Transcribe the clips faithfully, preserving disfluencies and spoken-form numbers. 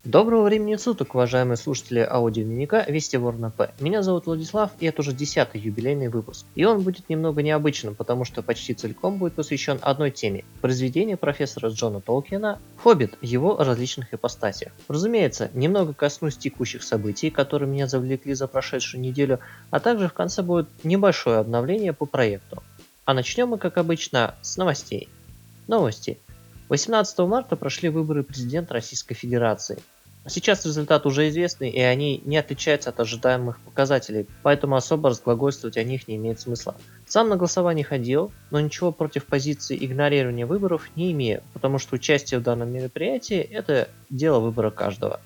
Доброго времени суток, уважаемые слушатели аудиодневника Вести Ворона П. Меня зовут Владислав, и это уже десятый юбилейный выпуск. И он будет немного необычным, потому что почти целиком будет посвящен одной теме – произведению профессора Джона Толкиена «Хоббит» в его различных ипостасях. Разумеется, немного коснусь текущих событий, которые меня завлекли за прошедшую неделю, а также в конце будет небольшое обновление по проекту. А начнем мы, как обычно, с новостей. Новости. восемнадцатого марта прошли выборы президента Российской Федерации. Сейчас результат уже известный, и они не отличаются от ожидаемых показателей, поэтому особо разглагольствовать о них не имеет смысла. Сам на голосование ходил, но ничего против позиции игнорирования выборов не имею, потому что участие в данном мероприятии – это дело выбора каждого.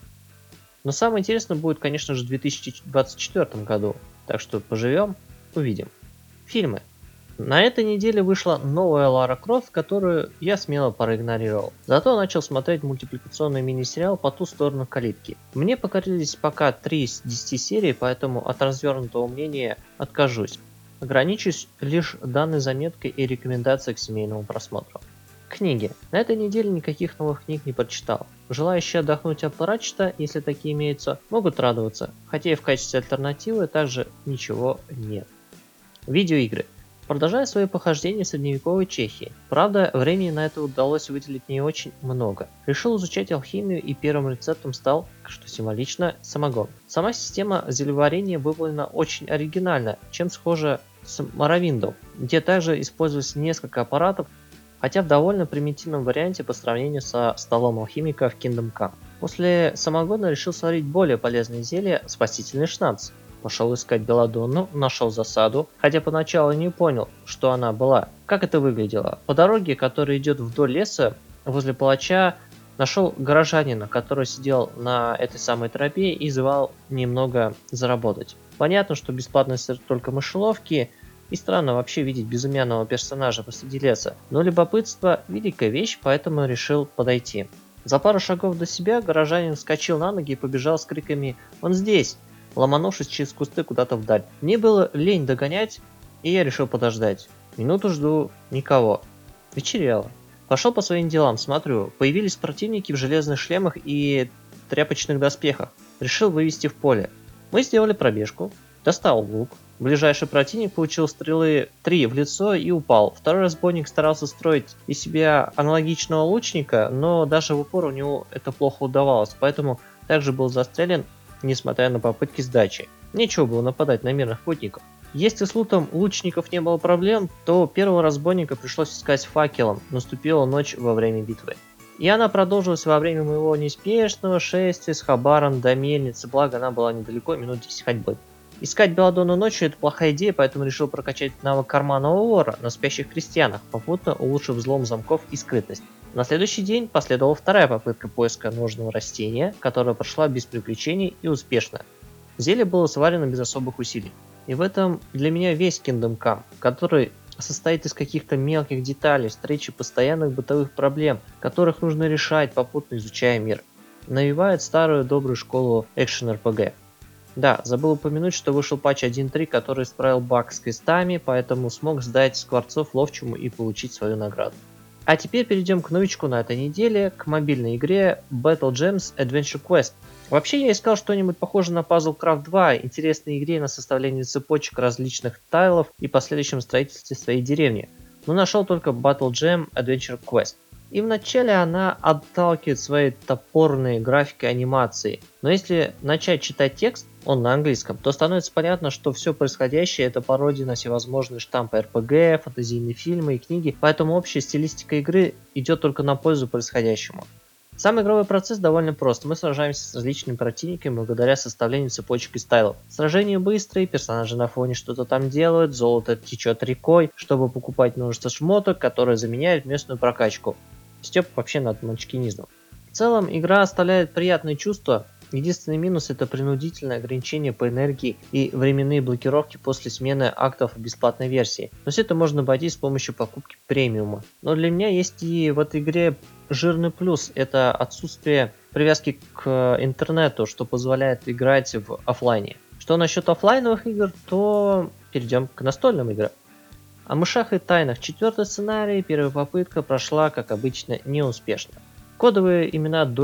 Но самое интересное будет, конечно же, в две тысячи двадцать четвёртом году, так что поживем, увидим. Фильмы. На этой неделе вышла новая Лара Крофт, которую я смело проигнорировал. Зато начал смотреть мультипликационный мини-сериал «По ту сторону калитки». Мне покорились пока три из десяти серий, поэтому от развернутого мнения откажусь. Ограничусь лишь данной заметкой и рекомендацией к семейному просмотру. Книги. На этой неделе никаких новых книг не прочитал. Желающие отдохнуть от Пратчета, если такие имеются, могут радоваться, хотя и в качестве альтернативы также ничего нет. Видеоигры. Продолжая свои похождения в средневековой Чехии. Правда, времени на это удалось выделить не очень много. Решил изучать алхимию, и первым рецептом стал, что символично, самогон. Сама система зельеварения выполнена очень оригинально, чем схожа с Моровиндом, где также использовалось несколько аппаратов, хотя в довольно примитивном варианте по сравнению со столом алхимика в Kingdom Come. После самогона решил сварить более полезное зелье «Спасительный шнапс». Пошел искать Белладонну, нашел засаду, хотя поначалу не понял, что она была. Как это выглядело? По дороге, которая идет вдоль леса, возле палача, нашел горожанина, который сидел на этой самой тропе и звал немного заработать. Понятно, что бесплатно сыр только мышеловки, и странно вообще видеть безымянного персонажа посреди леса, но любопытство – великая вещь, поэтому решил подойти. За пару шагов до себя горожанин вскочил на ноги и побежал с криками «Он здесь!», ломанувшись через кусты куда-то вдаль. Мне было лень догонять, и я решил подождать. Минуту жду, никого. Вечерело. Пошел по своим делам, смотрю, появились противники в железных шлемах и тряпочных доспехах. Решил вывести в поле. Мы сделали пробежку, достал лук. Ближайший противник получил стрелы три в лицо и упал. Второй разбойник старался строить из себя аналогичного лучника, но даже в упор у него это плохо удавалось, поэтому также был застрелен, несмотря на попытки сдачи. Нечего было нападать на мирных путников. Если с лутом лучников не было проблем, то первого разбойника пришлось искать факелом. Наступила ночь во время битвы. И она продолжилась во время моего неспешного шествия с Хабаром до мельницы, благо она была недалеко, минут десять ходьбы. Искать Белладонну ночью – это плохая идея, поэтому решил прокачать навык карманного вора на спящих крестьянах, попутно улучшив взлом замков и скрытность. На следующий день последовала вторая попытка поиска нужного растения, которая прошла без приключений и успешно. Зелье было сварено без особых усилий. И в этом для меня весь Kingdom Come, который состоит из каких-то мелких деталей, встречи постоянных бытовых проблем, которых нужно решать, попутно изучая мир. Навевает старую добрую школу экшен эр пи джи. Да, забыл упомянуть, что вышел патч один точка три, который исправил баг с крестами, поэтому смог сдать Скворцов ловчему и получить свою награду. А теперь перейдем к новичку на этой неделе, к мобильной игре Battle Gems Adventure Quest. Вообще я искал что-нибудь похожее на Puzzle Craft два, интересной игре на составление цепочек различных тайлов и последующем строительстве своей деревни, но нашел только Battle Gem Adventure Quest. И вначале она отталкивает своей топорной графикой анимации, но если начать читать текст, он на английском, то становится понятно, что все происходящее это пародия на всевозможные штампы эр пи джи, фэнтезийные фильмы и книги, поэтому общая стилистика игры идет только на пользу происходящему. Сам игровой процесс довольно прост, мы сражаемся с различными противниками благодаря составлению цепочек из тайлов. Сражения быстрые, персонажи на фоне что-то там делают, золото течет рекой, чтобы покупать множество шмоток, которые заменяют местную прокачку. Степ вообще над манчкинизмом. В целом игра оставляет приятные чувства. Единственный минус это принудительное ограничение по энергии и временные блокировки после смены актов бесплатной версии. Но все это можно обойти с помощью покупки премиума. Но для меня есть и в этой игре жирный плюс. Это отсутствие привязки к интернету, что позволяет играть в офлайне. Что насчет офлайновых игр, то перейдем к настольным играм. О мышах и тайнах. Четвертый сценарий, первая попытка прошла, как обычно, неуспешно. Кодовые имена Дуэт.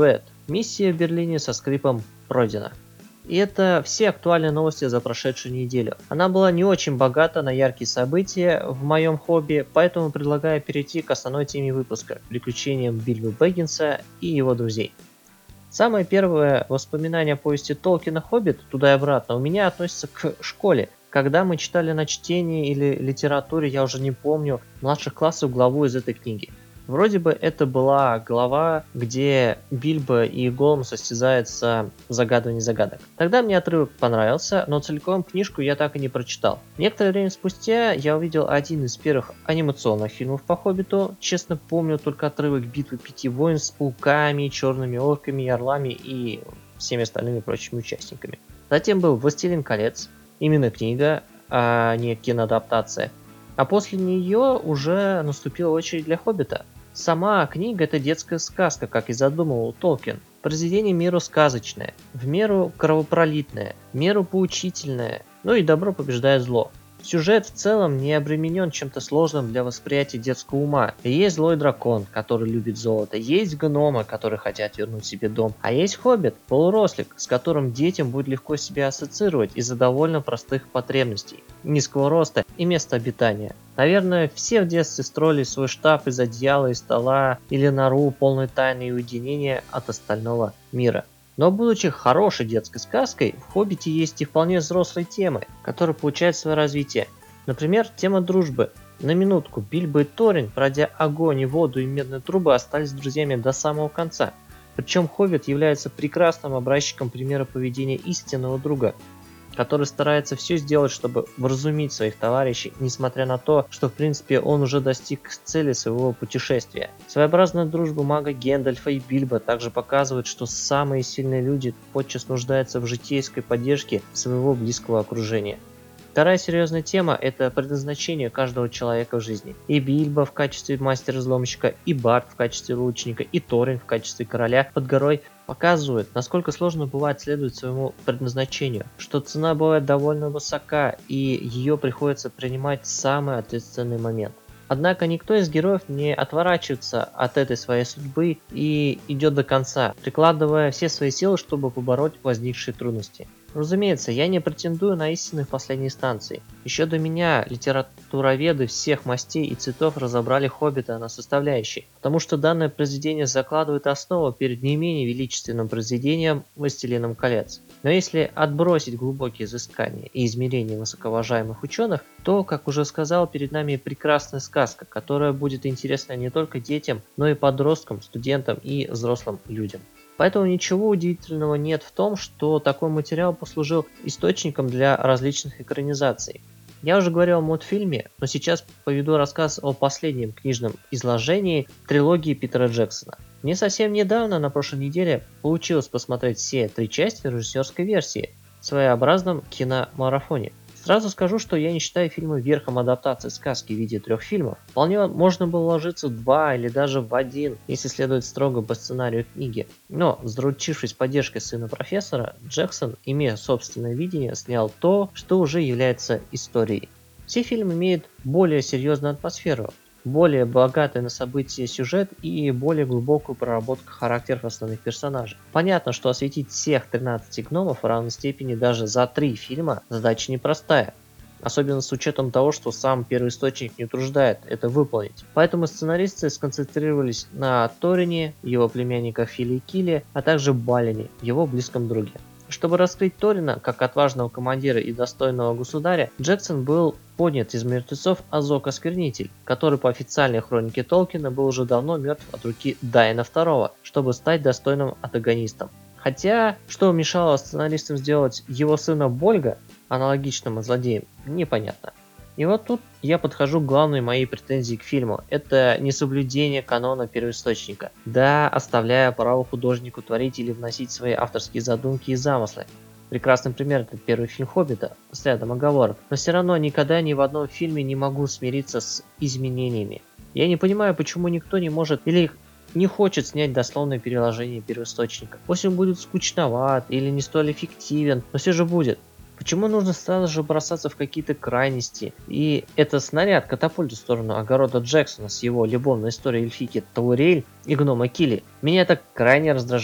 Миссия в Берлине со скрипом пройдена. И это все актуальные новости за прошедшую неделю. Она была не очень богата на яркие события в моем хобби, поэтому предлагаю перейти к основной теме выпуска – приключениям Бильбо Бэггинса и его друзей. Самое первое воспоминание о повести Толкина «Хоббит» туда и обратно у меня относится к школе. Когда мы читали на чтении или литературе, я уже не помню, младших классов главу из этой книги. Вроде бы это была глава, где Бильбо и Голлум состязаются в загадывании загадок. Тогда мне отрывок понравился, но целиком книжку я так и не прочитал. Некоторое время спустя я увидел один из первых анимационных фильмов по Хоббиту. Честно помню только отрывок битвы пяти воинств с пауками, черными орками, орлами и всеми остальными прочими участниками. Затем был «Властелин колец», именно книга, а не киноадаптация. А после нее уже наступила очередь для «Хоббита». Сама книга – это детская сказка, как и задумывал Толкин. Произведение в меру сказочное, в меру кровопролитное, в меру поучительное, ну и добро побеждает зло. Сюжет в целом не обременен чем-то сложным для восприятия детского ума. Есть злой дракон, который любит золото, есть гномы, которые хотят вернуть себе дом, а есть хоббит, полурослик, с которым детям будет легко себя ассоциировать из-за довольно простых потребностей, низкого роста и места обитания. Наверное, все в детстве строили свой штаб из одеяла и стола или нору, полной тайны и уединения от остального мира. Но будучи хорошей детской сказкой, в «Хоббите» есть и вполне взрослые темы, которые получают свое развитие. Например, тема дружбы. На минутку, Бильбо и Торин, пройдя огонь и воду и медные трубы, остались друзьями до самого конца. Причем Хоббит является прекрасным образчиком примера поведения истинного друга, который старается все сделать, чтобы вразумить своих товарищей, несмотря на то, что в принципе он уже достиг цели своего путешествия. Своеобразная дружба мага Гэндальфа и Бильбо также показывает, что самые сильные люди подчас нуждаются в житейской поддержке своего близкого окружения. Вторая серьезная тема – это предназначение каждого человека в жизни. И Бильбо в качестве мастера-взломщика, и Барт в качестве лучника, и Торин в качестве короля под горой показывают, насколько сложно бывает следовать своему предназначению, что цена бывает довольно высока, и ее приходится принимать в самый ответственный момент. Однако никто из героев не отворачивается от этой своей судьбы и идет до конца, прикладывая все свои силы, чтобы побороть возникшие трудности. Разумеется, я не претендую на истины в последней инстанции. Еще до меня литературоведы всех мастей и цветов разобрали «Хоббита» на составляющие, потому что данное произведение закладывает основу перед не менее величественным произведением «Властелином колец». Но если отбросить глубокие изыскания и измерения высокоуважаемых ученых, то, как уже сказал, перед нами прекрасная сказка, которая будет интересна не только детям, но и подросткам, студентам и взрослым людям. Поэтому ничего удивительного нет в том, что такой материал послужил источником для различных экранизаций. Я уже говорил о мультфильме, но сейчас поведу рассказ о последнем книжном изложении трилогии Питера Джексона. Мне совсем недавно, на прошлой неделе, получилось посмотреть все три части режиссерской версии в своеобразном киномарафоне. Сразу скажу, что я не считаю фильмы верхом адаптации сказки в виде трех фильмов. Вполне можно было ложиться в два или даже в один, если следовать строго по сценарию книги. Но, заручившись поддержкой сына профессора, Джексон, имея собственное видение, снял то, что уже является историей. Все фильмы имеют более серьезную атмосферу, более богатый на события сюжет и более глубокую проработку характеров основных персонажей. Понятно, что осветить всех тринадцати гномов в равной степени даже за три фильма задача непростая. Особенно с учетом того, что сам первоисточник не утруждает это выполнить. Поэтому сценаристы сконцентрировались на Торине, его племянниках Филе и Киле, а также Балине, его близком друге. Чтобы раскрыть Торина как отважного командира и достойного государя, Джексон был поднят из мертвецов Азок Осквернитель, который по официальной хронике Толкина был уже давно мертв от руки Дайна второго, чтобы стать достойным антагонистом. Хотя, что мешало сценаристам сделать его сына Больга аналогичным злодеем, непонятно. И вот тут я подхожу к главной моей претензии к фильму. Это несоблюдение канона первоисточника. Да, оставляя право художнику творить или вносить свои авторские задумки и замыслы. Прекрасный пример — это первый фильм «Хоббита» с рядом оговорок. Но все равно никогда ни в одном фильме не могу смириться с изменениями. Я не понимаю, почему никто не может или не хочет снять дословное переложение первоисточника. Пусть он будет скучноват или не столь эффективен, но все же будет. Почему нужно сразу же бросаться в какие-то крайности? И это снаряд катапульту в сторону огорода Джексона с его любовной историей эльфийки Тауриэль и гнома Килли. Меня это крайне раздражает.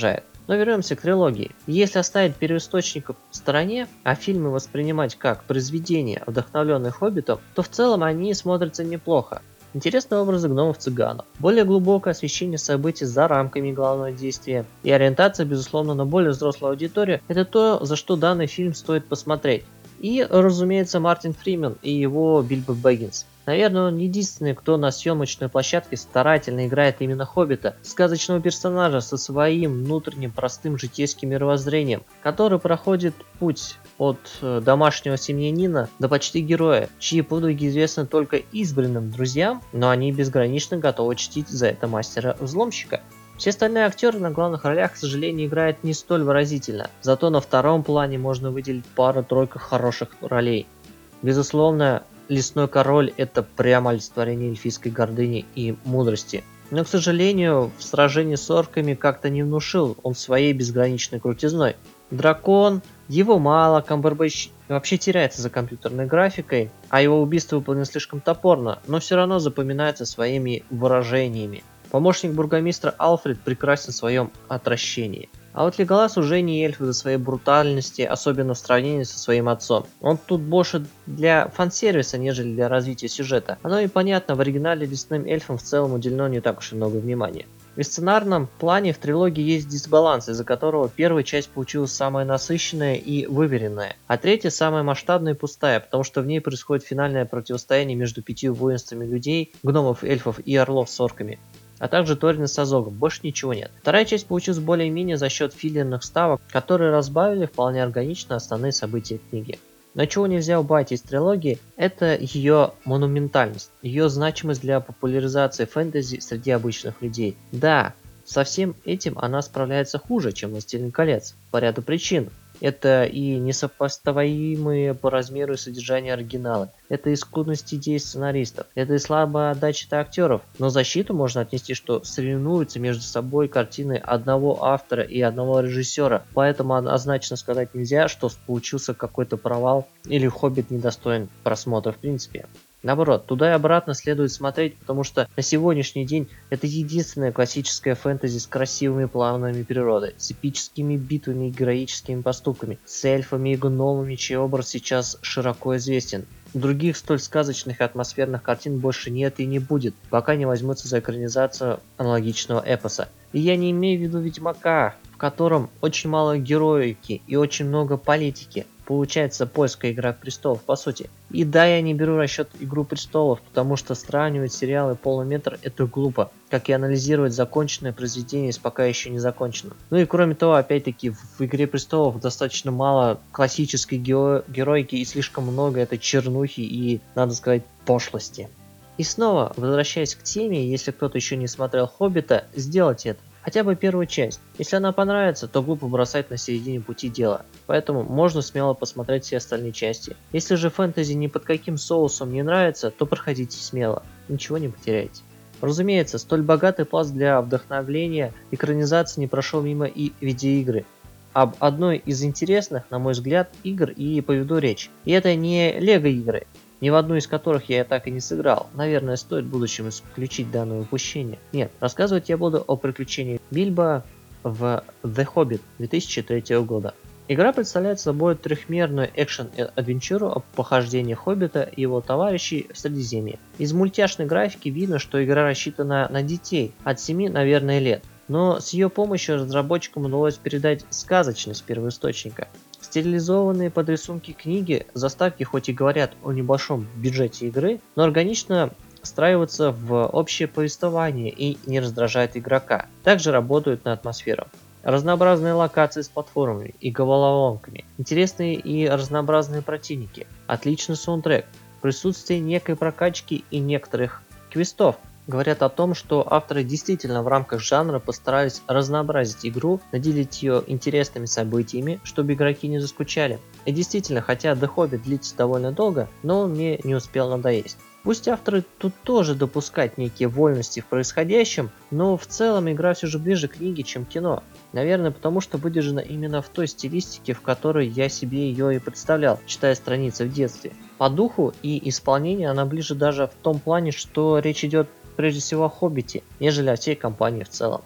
Но вернемся к трилогии. Если оставить первоисточников в стороне, а фильмы воспринимать как произведения, вдохновленные Хоббитом, то в целом они смотрятся неплохо. Интересные образы гномов-цыганов, более глубокое освещение событий за рамками главного действия и ориентация, безусловно, на более взрослую аудиторию – это то, за что данный фильм стоит посмотреть. И, разумеется, Мартин Фриман и его Бильбо Бэггинс. Наверное, он единственный, кто на съемочной площадке старательно играет именно Хоббита, сказочного персонажа со своим внутренним простым житейским мировоззрением, который проходит путь от домашнего семьянина до почти героя, чьи подвиги известны только избранным друзьям, но они безгранично готовы чтить за это мастера-взломщика. Все остальные актеры на главных ролях, к сожалению, играют не столь выразительно, зато на втором плане можно выделить пару-тройку хороших ролей. Безусловно, Лесной король – это прямо олицетворение эльфийской гордыни и мудрости. Но, к сожалению, в сражении с орками как-то не внушил он своей безграничной крутизной. Дракон, его мало, Камбербэтч вообще теряется за компьютерной графикой, а его убийство выполнено слишком топорно, но все равно запоминается своими выражениями. Помощник бургомистра Алфред прекрасен в своем отвращении. А вот Леголас уже не эльф из-за своей брутальности, особенно в сравнении со своим отцом. Он тут больше для фан-сервиса, нежели для развития сюжета. Оно и понятно, в оригинале лесным эльфам в целом уделено не так уж и много внимания. В сценарном плане в трилогии есть дисбаланс, из-за которого первая часть получилась самая насыщенная и выверенная, а третья самая масштабная и пустая, потому что в ней происходит финальное противостояние между пятью воинствами людей, гномов, эльфов и орлов с орками, а также Торина с Азогом, больше ничего нет. Вторая часть получилась более-менее за счет филлерных вставок, которые разбавили вполне органично основные события книги. Но чего нельзя убавить из трилогии, это ее монументальность, ее значимость для популяризации фэнтези среди обычных людей. Да, со всем этим она справляется хуже, чем «Властелин колец», по ряду причин. Это и несопоставимые по размеру и содержанию оригинала, это и скудность идей сценаристов, это и слабая отдача актеров. Но защиту можно отнести, что соревнуются между собой картины одного автора и одного режиссера, поэтому однозначно сказать нельзя, что получился какой-то провал или «Хоббит» недостоин просмотра в принципе. Наоборот, туда и обратно следует смотреть, потому что на сегодняшний день это единственная классическая фэнтези с красивыми плавными природы, с эпическими битвами и героическими поступками, с эльфами и гномами, чей образ сейчас широко известен. Других столь сказочных и атмосферных картин больше нет и не будет, пока не возьмутся за экранизацию аналогичного эпоса. И я не имею в виду Ведьмака, в котором очень мало героики и очень много политики. Получается польская «Игра престолов» по сути. И да, я не беру в расчет «Игру престолов», потому что сравнивать сериалы полный метр это глупо, как и анализировать законченное произведение с пока еще не законченным. Ну и кроме того, опять-таки, в «Игре престолов» достаточно мало классической ге- героики и слишком много это чернухи и, надо сказать, пошлости. И снова, возвращаясь к теме, если кто-то еще не смотрел «Хоббита», сделайте это. Хотя бы первую часть. Если она понравится, то глупо бросать на середине пути дела. Поэтому можно смело посмотреть все остальные части. Если же фэнтези ни под каким соусом не нравится, то проходите смело. Ничего не потеряете. Разумеется, столь богатый пласт для вдохновления экранизации не прошел мимо и видеоигры. Об одной из интересных, на мой взгляд, игр и поведу речь. И это не лего игры, ни в одну из которых я так и не сыграл. Наверное, стоит в будущем исключить данное упущение. Нет, рассказывать я буду о приключениях Бильбо в The Hobbit две тысячи третьего года. Игра представляет собой трехмерную экшен-адвенчуру о похождении Хоббита и его товарищей в Средиземье. Из мультяшной графики видно, что игра рассчитана на детей от семи, наверное, лет. Но с ее помощью разработчикам удалось передать сказочность первоисточника. Стилизованные под рисунки книги, заставки хоть и говорят о небольшом бюджете игры, но органично встраиваются в общее повествование и не раздражают игрока. Также работают на атмосферу. Разнообразные локации с платформами и головоломками, интересные и разнообразные противники, отличный саундтрек, присутствие некой прокачки и некоторых квестов говорят о том, что авторы действительно в рамках жанра постарались разнообразить игру, наделить ее интересными событиями, чтобы игроки не заскучали. И действительно, хотя The Hobbit длится довольно долго, но он мне не успел надоесть. Пусть авторы тут тоже допускают некие вольности в происходящем, но в целом игра все же ближе к книге, чем кино. Наверное, потому что выдержана именно в той стилистике, в которой я себе ее и представлял, читая страницы в детстве. По духу и исполнению она ближе даже в том плане, что речь идет прежде всего о Хоббите, нежели о всей компании в целом.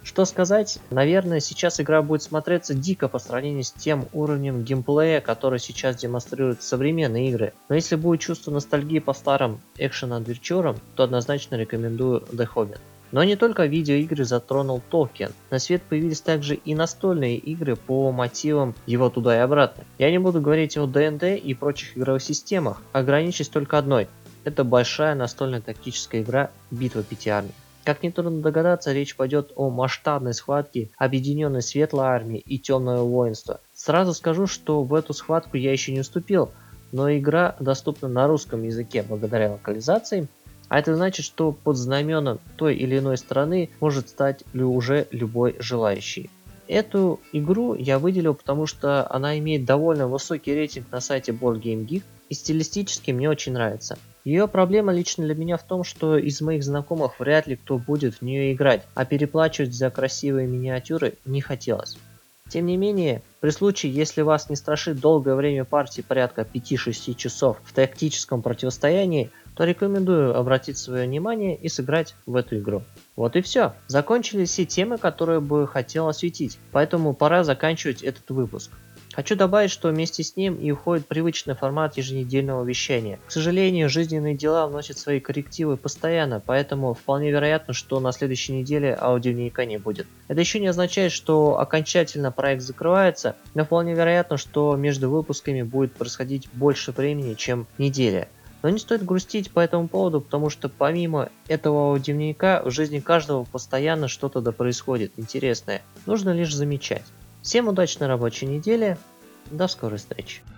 Что сказать, наверное, сейчас игра будет смотреться дико по сравнению с тем уровнем геймплея, который сейчас демонстрируют современные игры. Но если будет чувство ностальгии по старым экшен-адвенчурам, то однозначно рекомендую The Hobbit. Но не только видеоигры затронул Толкин. На свет появились также и настольные игры по мотивам его туда и обратно. Я не буду говорить о ди энд ди и прочих игровых системах, ограничусь только одной. Это большая настольная тактическая игра «Битва пяти армий». Как нетрудно догадаться, речь пойдет о масштабной схватке объединенной Светлой Армии и Темного Воинства. Сразу скажу, что в эту схватку я еще не вступил, но игра доступна на русском языке благодаря локализации, а это значит, что под знаменом той или иной страны может стать уже любой желающий. Эту игру я выделил, потому что она имеет довольно высокий рейтинг на сайте Board Game Geek и стилистически мне очень нравится. Ее проблема лично для меня в том, что из моих знакомых вряд ли кто будет в нее играть, а переплачивать за красивые миниатюры не хотелось. Тем не менее, при случае, если вас не страшит долгое время партии порядка пяти-шести часов в тактическом противостоянии, то рекомендую обратить свое внимание и сыграть в эту игру. Вот и все. Закончились все темы, которые бы хотел осветить, поэтому пора заканчивать этот выпуск. Хочу добавить, что вместе с ним и уходит привычный формат еженедельного вещания. К сожалению, жизненные дела вносят свои коррективы постоянно, поэтому вполне вероятно, что на следующей неделе аудиодневника не будет. Это еще не означает, что окончательно проект закрывается, но вполне вероятно, что между выпусками будет происходить больше времени, чем неделя. Но не стоит грустить по этому поводу, потому что помимо этого аудиодневника в жизни каждого постоянно что-то да происходит интересное. Нужно лишь замечать. Всем удачной рабочей недели. До скорой встречи.